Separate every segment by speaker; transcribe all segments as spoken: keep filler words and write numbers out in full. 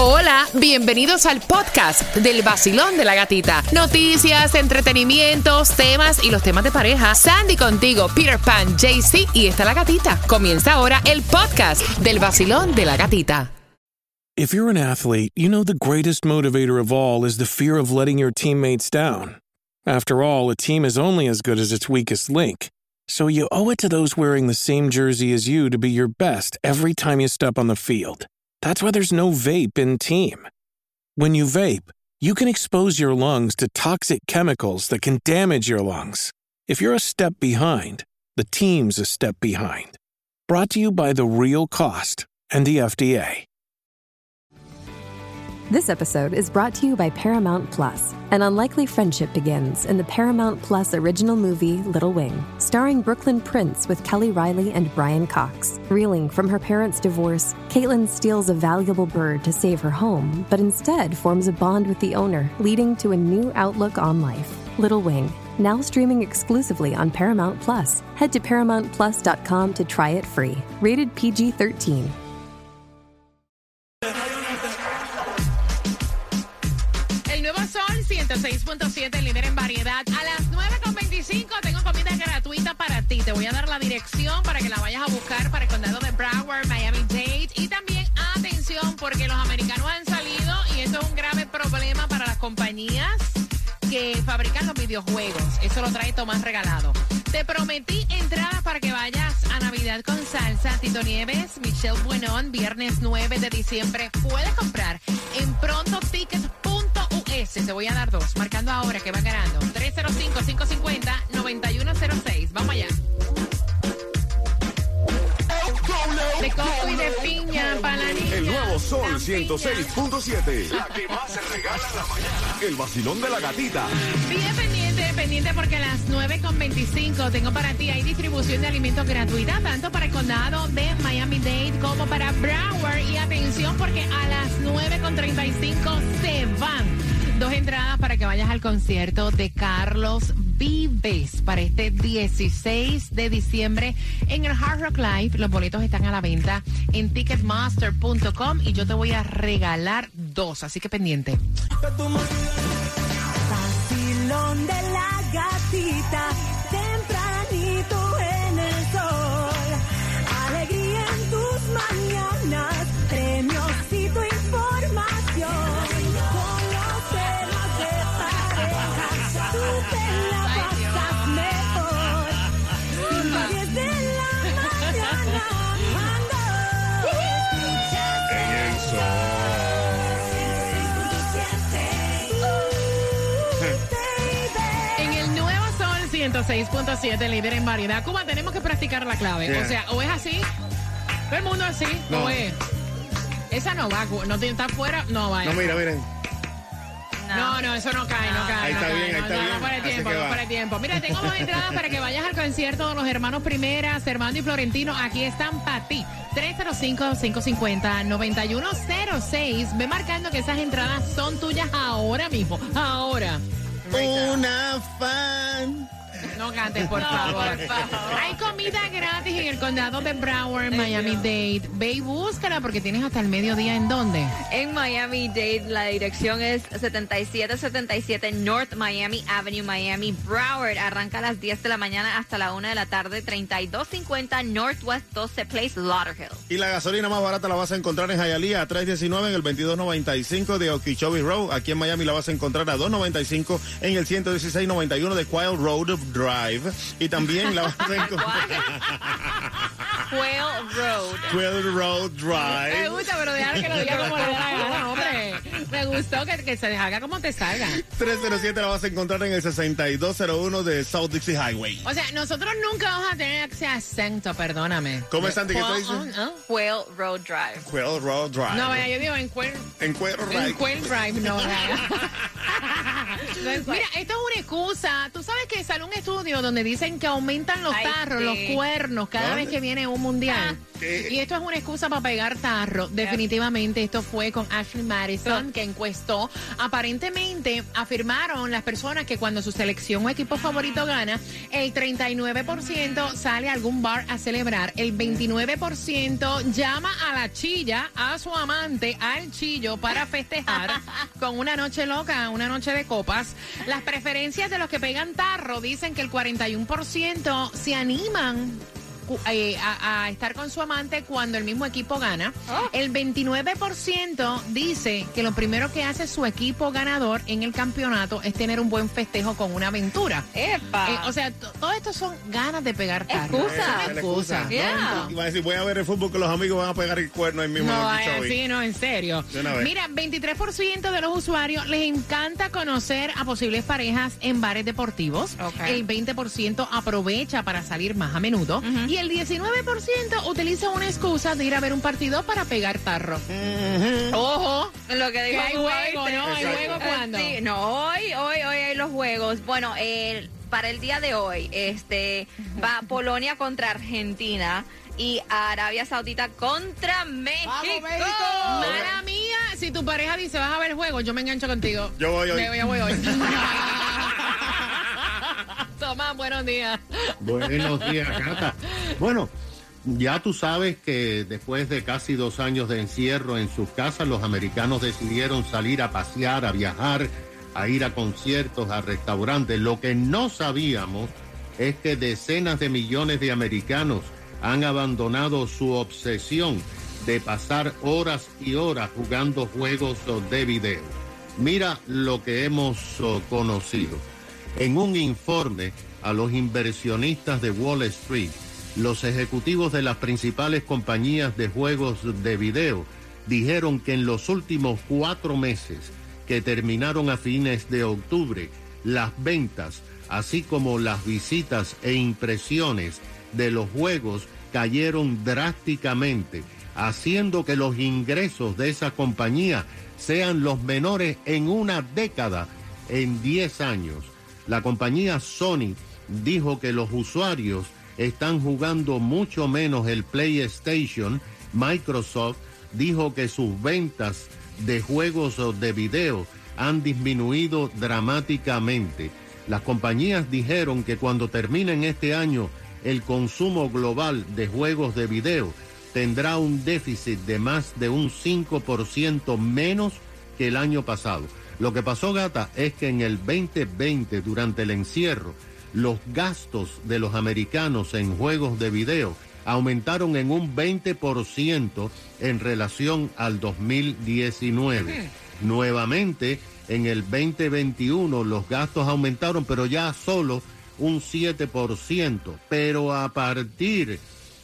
Speaker 1: Hola, bienvenidos al podcast del Vacilón de la Gatita. Noticias, entretenimientos, temas y los temas de pareja. Sandy contigo, Peter Pan, J C y está la gatita. Comienza ahora el podcast del Vacilón de la Gatita.
Speaker 2: If you're an athlete, you know the greatest motivator of all is the fear of letting your teammates down. After all, a team is only as good as its weakest link. So you owe it to those wearing the same jersey as you to be your best every time you step on the field. That's why there's no vape in team. When you vape, you can expose your lungs to toxic chemicals that can damage your lungs. If you're a step behind, the team's a step behind. Brought to you by The Real Cost and the F D A.
Speaker 3: This episode is brought to you by Paramount Plus. An unlikely friendship begins in the Paramount Plus original movie Little Wing, starring Brooklyn Prince with Kelly Riley and Brian Cox. Reeling from her parents' divorce, Caitlin steals a valuable bird to save her home, but instead forms a bond with the owner, leading to a new outlook on life. Little Wing, now streaming exclusively on Paramount Plus. Head to paramount plus dot com to try it free. Rated P G thirteen.
Speaker 1: ciento seis punto siete, líder en variedad. A las nueve con veinticinco tengo comida gratuita para ti. Te voy a dar la dirección para que la vayas a buscar para el condado de Broward, Miami-Dade. Y también, atención, porque los americanos han salido y esto es un grave problema para las compañías que fabrican los videojuegos. Eso lo trae Tomás Regalado. Te prometí entradas para que vayas a Navidad con Salsa. Tito Nieves, Michelle Buenón, viernes nueve de diciembre. Puedes comprar en pronto tickets punto u s. Te voy a dar dos, marcando ahora que van ganando. tres cero cinco, cinco cinco cero, nueve uno cero seis. Vamos allá. De coco y de piña para la niña.
Speaker 4: El nuevo Sol ciento seis punto siete. La que más se regala en la mañana. El vacilón de la gatita.
Speaker 1: Bien pendiente, pendiente porque a las nueve con veinticinco tengo para ti, hay distribución de alimentos gratuita, tanto para el condado de Miami-Dade como para Broward. Y atención porque a las nueve con treinta y cinco se van dos entradas para que vayas al concierto de Carlos Vives para este dieciséis de diciembre en el Hard Rock Live. Los boletos están a la venta en ticketmaster punto com y yo te voy a regalar dos, así que pendiente.
Speaker 5: Vacilón de la gatita, tempranito en el sol, alegría en tus mañanas, premios y tu información.
Speaker 1: ciento seis punto siete, líder en variedad. Cuba, tenemos que practicar la clave. Yeah. O sea, o es así, todo el mundo así, no. O es. Esa no va, no tiene, está fuera, no va.
Speaker 6: No, mira, miren.
Speaker 1: No, no, eso no cae, no, no cae.
Speaker 6: Ahí
Speaker 1: no
Speaker 6: está
Speaker 1: cae,
Speaker 6: bien,
Speaker 1: no,
Speaker 6: ahí está
Speaker 1: no,
Speaker 6: bien.
Speaker 1: No para el tiempo, no para el tiempo. Mira, tengo dos entradas para que vayas al concierto de los hermanos Primera, Servando y Florentino. Aquí están para ti. tres cero cinco, cinco cinco cero, nueve uno cero seis. Ve marcando que esas entradas son tuyas ahora mismo. Ahora.
Speaker 6: Una fan.
Speaker 1: No cantes, por favor. por favor. Hay comida gratis en el condado de Broward, Miami-Dade. Ve y búscala porque tienes hasta el mediodía. ¿En dónde?
Speaker 7: En Miami-Dade. La dirección es setenta y siete setenta y siete North Miami Avenue, Miami, Broward. Arranca a las diez de la mañana hasta la una de la tarde. treinta y dos cincuenta Northwest doce Place, Lauderhill.
Speaker 6: Y la gasolina más barata la vas a encontrar en Hialeah a tres diecinueve en el veintidós noventa y cinco de Okeechobee Road. Aquí en Miami la vas a encontrar a dos noventa y cinco en el ciento dieciséis noventa y uno de Quail Road Drive. Y también la vas a encontrar.
Speaker 7: Quail Road.
Speaker 6: Quail Road Drive.
Speaker 1: Me gusta, pero déjame que lo diga como le da la gana, hombre. Me gustó que, que se haga como te salga.
Speaker 6: tres cero siete la vas a encontrar en el sesenta y dos cero uno de South Dixie Highway.
Speaker 1: O sea, nosotros nunca vamos a tener ese acento, perdóname.
Speaker 6: ¿Cómo es, Sandy? ¿Qué te dice?
Speaker 7: ¿Ah? Quail Road Drive.
Speaker 6: Quail Road Drive.
Speaker 1: No, vaya, yo digo en Quail...
Speaker 6: En Quail Drive.
Speaker 1: En Quail Drive, no, Mira, esto es una excusa. Tú sabes que sale un estudio donde dicen que aumentan los
Speaker 7: Ay,
Speaker 1: tarros,
Speaker 7: sí.
Speaker 1: los cuernos, cada
Speaker 6: ¿Dónde?
Speaker 1: vez que viene un mundial.
Speaker 6: ¿Qué?
Speaker 1: Y esto es una excusa para pegar tarro. Definitivamente esto fue con Ashley Madison, que encuestó, aparentemente afirmaron las personas que cuando su selección o equipo favorito gana, el treinta y nueve por ciento sale a algún bar a celebrar, el veintinueve por ciento llama a la chilla, a su amante, al chillo, para festejar con una noche loca, una noche de copas. Las preferencias de los que pegan tarro dicen que el cuarenta y uno por ciento se animan Eh, a, a estar con su amante cuando el mismo equipo gana. Oh. El veintinueve por ciento dice que lo primero que hace su equipo ganador en el campeonato es tener un buen festejo con una aventura.
Speaker 7: ¡Epa!
Speaker 1: Eh, o sea, todo esto son ganas de pegar tarro.
Speaker 7: Excusa.
Speaker 1: Son excusas.
Speaker 7: Yeah.
Speaker 6: Iba a decir, voy a ver el fútbol que los amigos van a pegar el cuerno ahí mismo.
Speaker 1: No,
Speaker 6: en el
Speaker 1: ay, sí, no, en serio. Mira, veintitrés por ciento de los usuarios les encanta conocer a posibles parejas en bares deportivos. Okay. El veinte por ciento aprovecha para salir más a menudo. Uh-huh. Y el diecinueve por ciento utiliza una excusa de ir a ver un partido para pegar tarro. Uh-huh. Ojo,
Speaker 7: lo que dijo
Speaker 1: hay juego, ¿no? ¿Hay juego cuándo?
Speaker 7: Sí, no, hoy, hoy, hoy hay los juegos. Bueno, el, para el día de hoy, este, va Polonia contra Argentina y Arabia Saudita contra México.
Speaker 1: ¡Vamos, México! Mala mía, si tu pareja dice vas a ver el juego, yo me engancho contigo.
Speaker 6: Yo voy hoy.
Speaker 1: Yo voy hoy. Tomás, buenos días.
Speaker 8: Buenos días, Cata. Bueno, ya tú sabes que después de casi dos años de encierro en sus casas, los americanos decidieron salir a pasear, a viajar, a ir a conciertos, a restaurantes. Lo que no sabíamos es que decenas de millones de americanos han abandonado su obsesión de pasar horas y horas jugando juegos de video. Mira lo que hemos oh, conocido. En un informe a los inversionistas de Wall Street, los ejecutivos de las principales compañías de juegos de video dijeron que en los últimos cuatro meses que terminaron a fines de octubre, las ventas, así como las visitas e impresiones de los juegos cayeron drásticamente, haciendo que los ingresos de esa compañía sean los menores en una década, en diez años. La compañía Sony dijo que los usuarios están jugando mucho menos el PlayStation. Microsoft dijo que sus ventas de juegos de video han disminuido dramáticamente. Las compañías dijeron que cuando terminen este año, el consumo global de juegos de video tendrá un déficit de más de un cinco por ciento menos que el año pasado. Lo que pasó, Gata, es que en el veinte veinte, durante el encierro, los gastos de los americanos en juegos de video aumentaron en un veinte por ciento en relación al dos mil diecinueve. Uh-huh. Nuevamente, en el veinte veintiuno, los gastos aumentaron, pero ya solo un siete por ciento. Pero a partir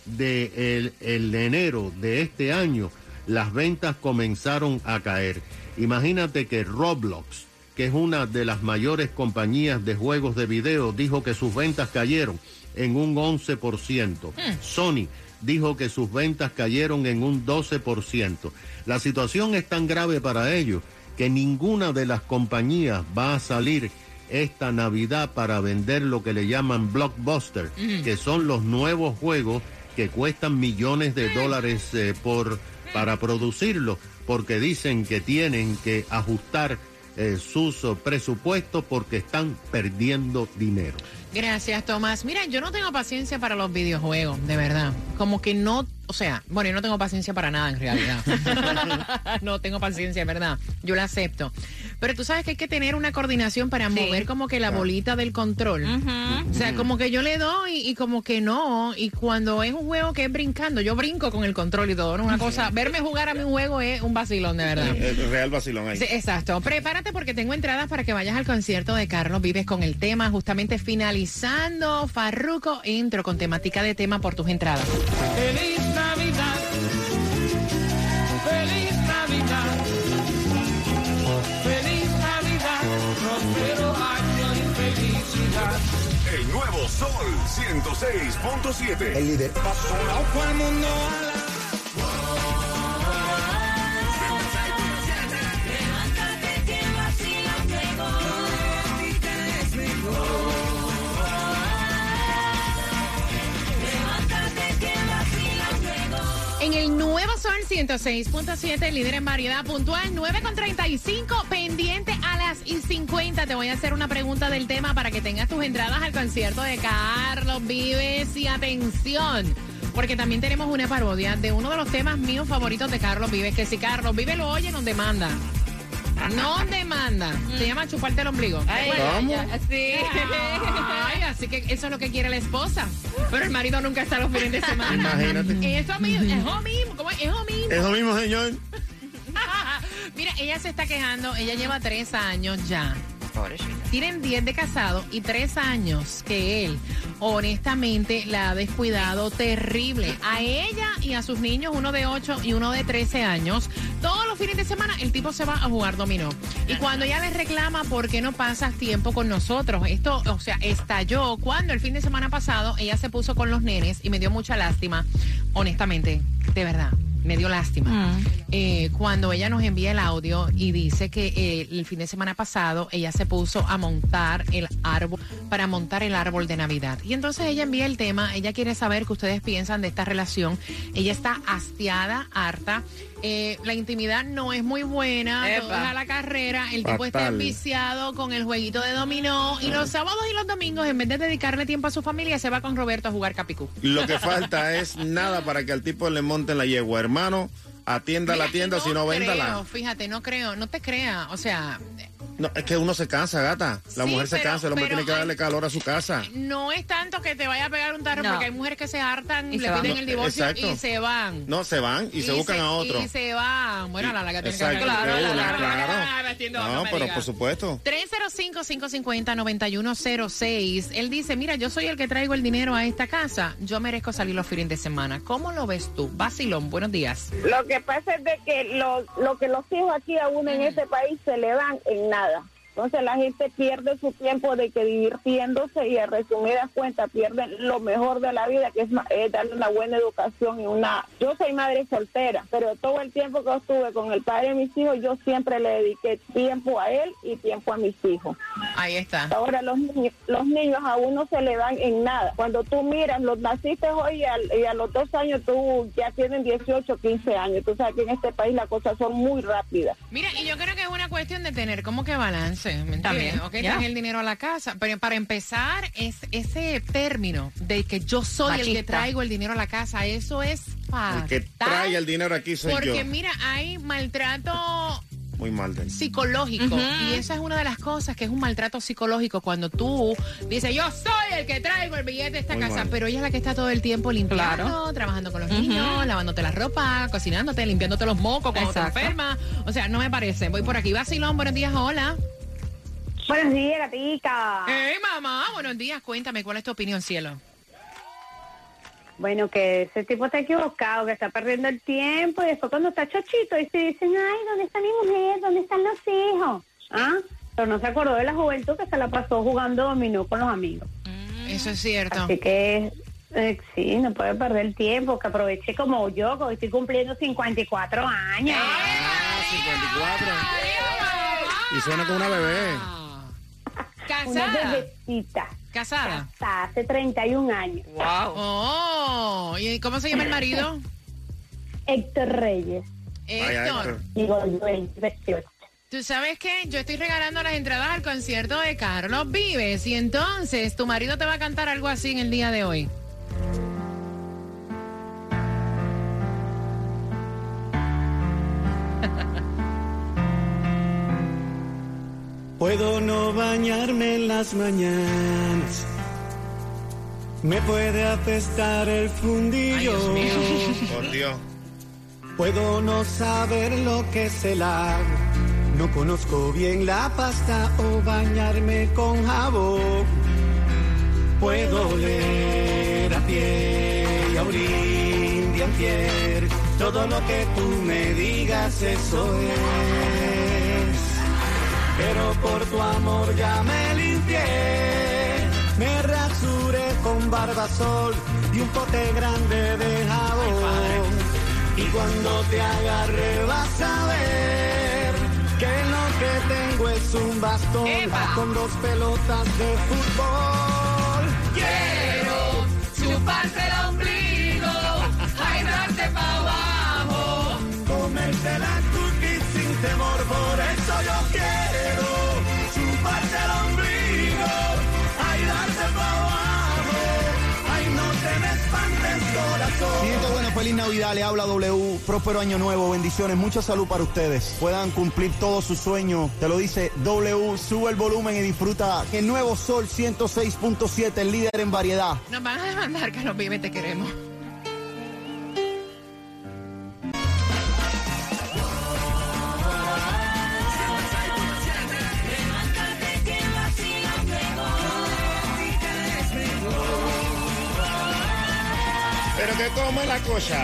Speaker 8: de el, el de enero de este año, las ventas comenzaron a caer. Imagínate que Roblox, que es una de las mayores compañías de juegos de video, dijo que sus ventas cayeron en un once por ciento. Mm. Sony dijo que sus ventas cayeron en un doce por ciento. La situación es tan grave para ellos que ninguna de las compañías va a salir esta Navidad para vender lo que le llaman blockbuster, mm. que son los nuevos juegos que cuestan millones de dólares eh, por, para producirlos, porque dicen que tienen que ajustar eh, sus uh, presupuestos porque están perdiendo dinero.
Speaker 1: Gracias, Tomás. Mira, yo no tengo paciencia para los videojuegos, de verdad. Como que no, o sea, bueno, yo no tengo paciencia para nada en realidad. No tengo paciencia, ¿verdad? Yo la acepto. Pero tú sabes que hay que tener una coordinación para sí. mover como que la bolita del control. Uh-huh. O sea, como que yo le doy y como que no. Y cuando es un juego que es brincando, yo brinco con el control y todo. ¿No? Una cosa, verme jugar a mi juego es un vacilón, de verdad.
Speaker 6: El real vacilón ahí.
Speaker 1: Sí, exacto. Prepárate porque tengo entradas para que vayas al concierto de Carlos Vives con el tema justamente finalizando. Farruko, intro con temática de tema por tus entradas.
Speaker 9: Feliz Navidad, feliz Navidad, feliz Navidad, próspero año y felicidad.
Speaker 4: El nuevo Sol ciento seis punto siete.
Speaker 10: El líder.
Speaker 9: Bajo el mundo a la...
Speaker 1: En el nuevo Sol ciento seis punto siete, líder en variedad puntual, nueve con treinta y cinco, pendiente a las y cincuenta. Te voy a hacer una pregunta del tema para que tengas tus entradas al concierto de Carlos Vives. Y atención, porque también tenemos una parodia de uno de los temas míos favoritos de Carlos Vives, que si Carlos Vives lo oye, nos demanda. No demanda. Se llama chuparte el ombligo.
Speaker 7: Ay,
Speaker 6: ¿Cómo?
Speaker 7: ya, sí.
Speaker 1: Ay, así que eso es lo que quiere la esposa. Pero el marido nunca está los fines de semana.
Speaker 6: Imagínate.
Speaker 1: Eso mismo, es lo mismo. ¿Cómo es? Es lo mismo.
Speaker 6: Eso mismo, señor.
Speaker 1: Mira, ella se está quejando. Ella lleva tres años ya.
Speaker 7: Pobrecita.
Speaker 1: Tienen diez de casado y tres años que él, honestamente, la ha descuidado terrible. A ella y a sus niños, uno de ocho y uno de trece años. Todos los fines de semana el tipo se va a jugar dominó. Y cuando ella le reclama por qué no pasas tiempo con nosotros, esto, o sea, estalló cuando el fin de semana pasado ella se puso con los nenes y me dio mucha lástima. Honestamente, de verdad. Me dio lástima. Mm. Eh, cuando ella nos envía el audio y dice que eh, el fin de semana pasado ella se puso a montar el árbol, para montar el árbol de Navidad. Y entonces ella envía el tema, ella quiere saber qué ustedes piensan de esta relación. Ella está hastiada, harta. Eh, la intimidad no es muy buena,
Speaker 7: Epa.
Speaker 1: todo es a la carrera, el tipo está
Speaker 6: Fatal.
Speaker 1: enviciado con el jueguito de dominó y los sábados y los domingos, en vez de dedicarle tiempo a su familia, se va con Roberto a jugar capicú.
Speaker 6: Lo que falta es nada para que al tipo le monten la yegua. Hermano, atienda
Speaker 1: Mira,
Speaker 6: la tienda,
Speaker 1: y
Speaker 6: si no,
Speaker 1: creo,
Speaker 6: véndala.
Speaker 1: Fíjate, no creo, no te crea, o sea,
Speaker 6: No, es que uno se cansa, gata. La
Speaker 1: Sí,
Speaker 6: mujer se
Speaker 1: pero-
Speaker 6: cansa, el hombre
Speaker 1: pero
Speaker 6: tiene que
Speaker 1: hay-
Speaker 6: darle calor a su casa.
Speaker 1: no es tanto que te vaya a pegar un tarro,
Speaker 7: No.
Speaker 1: porque hay mujeres que se hartan,
Speaker 7: Y
Speaker 1: le
Speaker 7: se van.
Speaker 1: piden el divorcio
Speaker 6: Exacto.
Speaker 1: y se van.
Speaker 6: No, se van y, se buscan a otro.
Speaker 1: Y se van. Bueno, la larga tiene que
Speaker 6: Exacto,
Speaker 1: arreglar.
Speaker 6: de
Speaker 1: La
Speaker 6: una,
Speaker 1: larga,
Speaker 6: claro.
Speaker 1: la larga, vestiendo,
Speaker 6: No,
Speaker 1: no me
Speaker 6: pero
Speaker 1: digas.
Speaker 6: por supuesto.
Speaker 1: tres cero cinco, cinco cinco cero, nueve uno cero seis. Él dice, mira, yo soy el que traigo el dinero a esta casa. Yo merezco salir los fines de semana. ¿Cómo lo ves tú? Vacilón, buenos días.
Speaker 10: Lo que pasa es de que lo, lo que los hijos aquí aún en este país se le van en nada. Entonces la gente pierde su tiempo de que divirtiéndose y a resumidas cuentas pierden lo mejor de la vida, que es, ma- es darle una buena educación y una... Yo soy madre soltera, pero todo el tiempo que estuve con el padre de mis hijos, yo siempre le dediqué tiempo a él y tiempo a mis hijos.
Speaker 1: Ahí está.
Speaker 10: Ahora los niños, los niños a uno se le dan en nada. Cuando tú miras, los naciste hoy y, al- y a los dos años tú ya tienen dieciocho, quince años. Tú sabes que en este país las cosas son muy rápidas.
Speaker 1: Mira, y yo creo que es una cuestión de tener como que balance, ¿me entiendes?
Speaker 7: También,
Speaker 1: Ok,
Speaker 7: ya.
Speaker 1: traes el dinero a la casa, pero para empezar, es ese término de que yo soy el que
Speaker 7: Machista.
Speaker 1: traigo el dinero a la casa, eso es fatal.
Speaker 6: El que trae el dinero aquí soy
Speaker 1: Porque
Speaker 6: yo.
Speaker 1: mira, hay maltrato
Speaker 6: Muy mal de él.
Speaker 1: psicológico, y esa es una de las cosas que es un maltrato psicológico cuando tú dices, yo soy el que traigo el billete de esta
Speaker 6: Muy
Speaker 1: casa,
Speaker 6: mal.
Speaker 1: pero ella es la que está todo el tiempo limpiando,
Speaker 7: Claro.
Speaker 1: trabajando con los niños, lavándote la ropa, cocinándote, limpiándote los mocos cuando
Speaker 7: Exacto.
Speaker 1: te enfermas. O sea, no me parece. Voy por aquí. Vacilón, buenos días, hola.
Speaker 10: Buenos días, gatica.
Speaker 1: Hey, mamá, buenos días. Cuéntame, ¿cuál es tu opinión, cielo?
Speaker 10: Bueno, que ese tipo está equivocado, que está perdiendo el tiempo y después cuando está chochito y se dicen, ay, ¿dónde está mi mujer? ¿Dónde están los hijos? ¿Ah? Pero no se acordó de la juventud que se la pasó jugando dominó con los amigos.
Speaker 1: Eso es cierto.
Speaker 10: Así que eh, sí, no puede perder el tiempo, que aproveche como yo, que hoy estoy cumpliendo cincuenta y cuatro años.
Speaker 6: Ah, cincuenta y cuatro. Y suena como una bebé.
Speaker 10: Una
Speaker 1: Casada.
Speaker 10: bebecita.
Speaker 1: Casada.
Speaker 10: Hasta hace treinta y un años.
Speaker 7: Wow.
Speaker 1: Oh, ¿y cómo se llama el marido?
Speaker 10: Héctor Reyes.
Speaker 6: Vaya,
Speaker 1: Héctor.
Speaker 6: Héctor.
Speaker 10: Digo, yo el veintiocho.
Speaker 1: Tú sabes que yo estoy regalando las entradas al concierto de Carlos Vives y entonces tu marido te va a cantar algo así en el día de hoy.
Speaker 11: Puedo no bañarme en las mañanas, me puede apestar el
Speaker 1: Ay,
Speaker 11: fundillo.
Speaker 1: Dios mío.
Speaker 6: Por Dios.
Speaker 11: Puedo no saber lo que es el agua, no conozco bien la pasta o bañarme con jabón. Puedo oler a pie y a orín de antier, todo lo que tú me digas eso es. Pero por tu amor ya me limpié, me rasuré con barbasol y un pote grande de jabón. Y cuando te agarre vas a ver que lo que tengo es un bastón
Speaker 1: ¡Epa!
Speaker 11: con dos pelotas de fútbol.
Speaker 1: Quiero chuparte el ombligo, bailarte para abajo,
Speaker 11: comerte la cookie sin temor, por eso yo quiero chuparte el ombligo, ay, darte pa' abajo, ay, no te me espantes, corazón.
Speaker 12: Siento bueno, feliz Navidad, le habla W, próspero año nuevo, bendiciones, mucha salud para ustedes, puedan cumplir todos sus sueños, te lo dice W, sube el volumen y disfruta el nuevo Sol ciento seis punto siete, el líder en variedad.
Speaker 1: Nos van a demandar, Carlos Vive, te queremos.
Speaker 6: Pero que cómo es la cosa.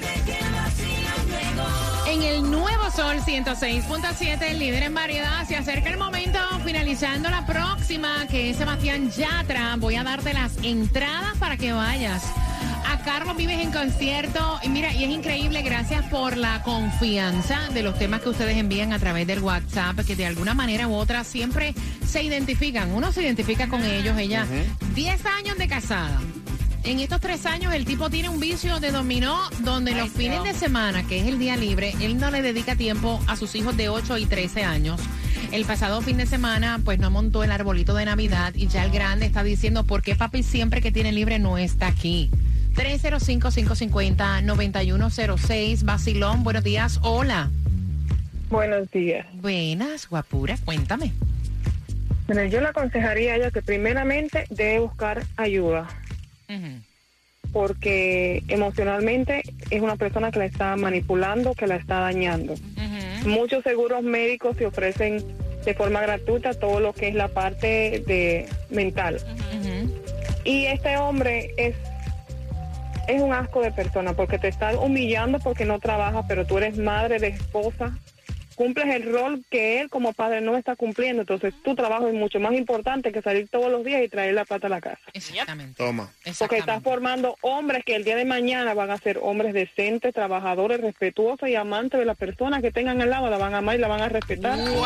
Speaker 1: En el nuevo Sol ciento seis punto siete, el líder en variedad, se acerca el momento, finalizando la próxima, que es Sebastián Yatra. Voy a darte las entradas para que vayas a Carlos Vives en concierto. Y mira, y es increíble, gracias por la confianza de los temas que ustedes envían a través del WhatsApp, que de alguna manera u otra siempre se identifican. Uno se identifica con ellos. Ella, diez años de casada. En estos tres años el tipo tiene un vicio de dominó donde Ay, los fines Dios. de semana, que es el día libre, él no le dedica tiempo a sus hijos de ocho y trece años. El pasado fin de semana pues no montó el arbolito de Navidad y ya el grande está diciendo ¿por qué papi siempre que tiene libre no está aquí? tres cero cinco, cinco cinco cero, nueve uno cero seis, Vacilón, buenos días, hola.
Speaker 13: Buenos días.
Speaker 1: Buenas, guapura, cuéntame.
Speaker 13: Bueno, yo le aconsejaría a ella que primeramente debe buscar ayuda. Uh-huh. Porque emocionalmente es una persona que la está manipulando, que la está dañando. Uh-huh. Muchos seguros médicos se ofrecen de forma gratuita todo lo que es la parte de mental. Uh-huh. Y este hombre es es un asco de persona porque te está humillando porque no trabaja, pero tú eres madre de esposa, cumples el rol que él como padre no está cumpliendo, entonces tu trabajo es mucho más importante que salir todos los días y traer la plata a la casa.
Speaker 1: Exactamente.
Speaker 6: Toma.
Speaker 13: Porque estás formando hombres que el día de mañana van a ser hombres decentes, trabajadores, respetuosos y amantes de la persona que tengan al lado, la van a amar y la van a respetar.
Speaker 6: ¡Wow!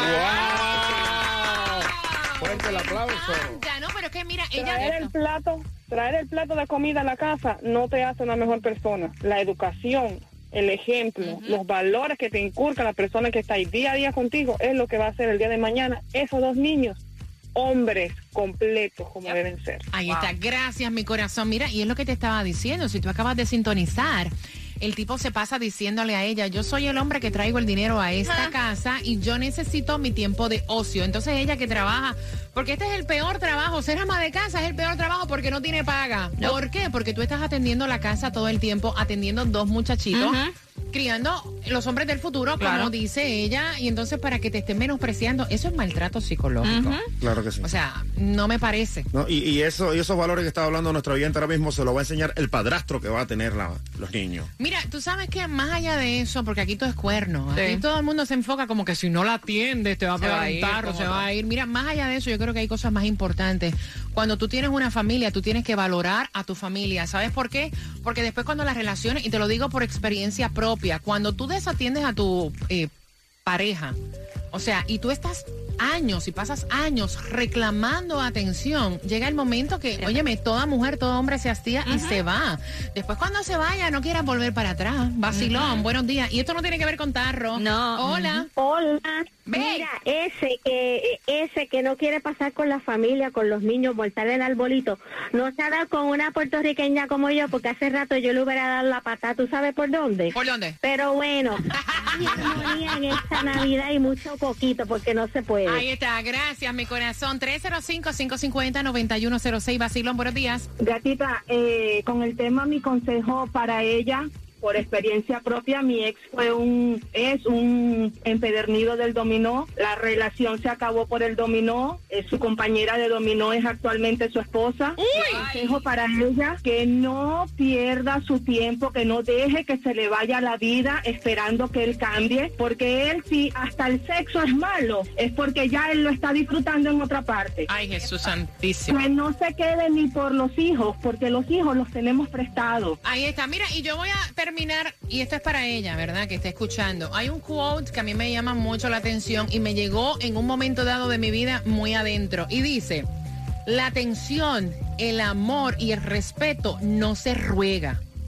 Speaker 6: Fuerte el aplauso.
Speaker 1: Ya no, pero que mira, ella
Speaker 13: traer el plato, traer el plato de comida a la casa no te hace una mejor persona. La educación, el ejemplo, uh-huh. los valores que te inculca la persona que está ahí día a día contigo es lo que va a hacer el día de mañana esos dos niños, hombres completos como yep. deben ser.
Speaker 1: Ahí wow. está, gracias mi corazón. Mira, y es lo que te estaba diciendo, si tú acabas de sintonizar, el tipo se pasa diciéndole a ella, yo soy el hombre que traigo el dinero a esta uh-huh. casa y yo necesito mi tiempo de ocio. Entonces ella que trabaja, porque este es el peor trabajo, ser ama de casa es el peor trabajo porque no tiene paga. No. ¿Por qué? Porque tú estás atendiendo la casa todo el tiempo, atendiendo dos muchachitos, uh-huh. criando los hombres del futuro, claro. como dice ella, y entonces para que te estén menospreciando, eso es maltrato psicológico.
Speaker 6: Uh-huh. Claro que sí.
Speaker 1: O sea, no me parece.
Speaker 6: No, y, y eso y esos valores que está hablando nuestro oyente ahora mismo se lo va a enseñar el padrastro que va a tener la, los niños.
Speaker 1: Mira, tú sabes que más allá de eso, porque aquí todo es cuerno, sí. aquí todo el mundo se enfoca como que si no la atiendes te va a pegar un tarro, se va a ir. Mira, más allá de eso, yo creo que hay cosas más importantes. Cuando tú tienes una familia, tú tienes que valorar a tu familia. ¿Sabes por qué? Porque después cuando las relaciones, y te lo digo por experiencia propia, cuando tú desatiendes a tu eh, pareja, o sea, y tú estás años y pasas años reclamando atención, llega el momento que, sí. óyeme, toda mujer, todo hombre se hastía uh-huh. y se va. Después cuando se vaya, no quieras volver para atrás. Vacilón, uh-huh. buenos días. Y esto no tiene que ver con tarro.
Speaker 14: No.
Speaker 1: Hola.
Speaker 14: Uh-huh. Hola. Mira, ese que ese que no quiere pasar con la familia, con los niños, voltar el arbolito, no se ha dado con una puertorriqueña como yo, porque hace rato yo le hubiera dado la patada, ¿tú sabes por dónde?
Speaker 1: ¿Por dónde?
Speaker 14: Pero bueno, hay armonía en esta Navidad y mucho poquito, porque no se puede.
Speaker 1: Ahí está, gracias, mi corazón. tres cero cinco, cinco cinco cero, nueve uno cero seis, Vacilón, buenos días.
Speaker 10: Gatita, eh, con el tema, mi consejo para ella, por experiencia propia, mi ex fue un, es un empedernido del dominó, la relación se acabó por el dominó, eh, su compañera de dominó es actualmente su esposa.
Speaker 1: Uy.
Speaker 10: Mi consejo para ella, que no pierda su tiempo, que no deje que se le vaya la vida esperando que él cambie, porque él, si hasta el sexo es malo, es porque ya él lo está disfrutando en otra parte.
Speaker 1: Ay, Jesús santísimo.
Speaker 10: Que no se quede ni por los hijos, porque los hijos los tenemos prestados.
Speaker 1: Ahí está, mira, y yo voy a terminar terminar, y esto es para ella, ¿verdad? Que está escuchando. Hay un quote que a mí me llama mucho la atención y me llegó en un momento dado de mi vida muy adentro. Y dice, la atención, el amor y el respeto no se ruega.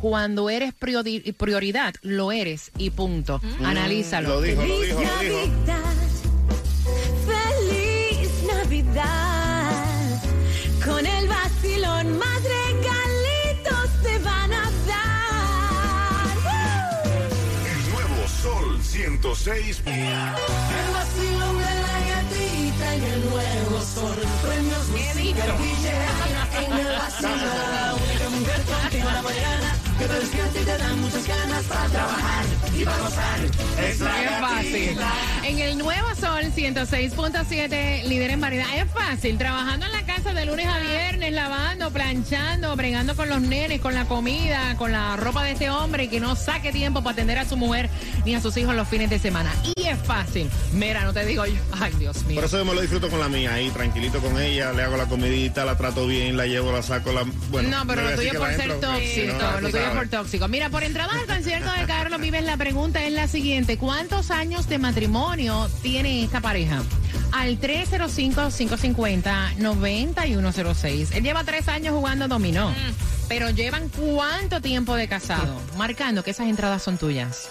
Speaker 1: cuando eres priori- prioridad, lo eres y punto. Mm. Analízalo.
Speaker 6: Lo dijo, lo dijo, lo dijo.
Speaker 5: Feliz Navidad. Con el vacilón más regalitos te van a dar.
Speaker 4: El nuevo Sol ciento seis.
Speaker 9: El vacilón de la gatita en el nuevo Sol. Premios, música, D J. En el vacilón, la única mujer contigo a la mañana. Que te despierta y te dan muchas ganas para trabajar y para gozar. Es la
Speaker 1: Qué fácil. En el nuevo Sol ciento seis punto siete, líder en variedad. Es fácil, trabajando en la casa de lunes a viernes, lavando, planchando, bregando con los nenes, con la comida, con la ropa de este hombre, que no saque tiempo para atender a su mujer ni a sus hijos los fines de semana. Y es fácil. Mira, no te digo yo. Ay, Dios mío.
Speaker 6: Por eso yo me lo disfruto con la mía, ahí tranquilito con ella, le hago la comidita, la trato bien, la llevo, la saco, la... Bueno,
Speaker 1: no, pero lo tuyo es por ser tóxico, no, lo tuyo es por tóxico. Mira, por entrada al concierto de Carlos Vives, la pregunta es la siguiente: ¿cuántos años de matrimonio tiene esta pareja? Al tres cero cinco, cinco cinco cero, nueve uno cero seis. Él lleva tres años jugando dominó, mm. pero llevan ¿cuánto tiempo de casado? Marcando que esas entradas son tuyas.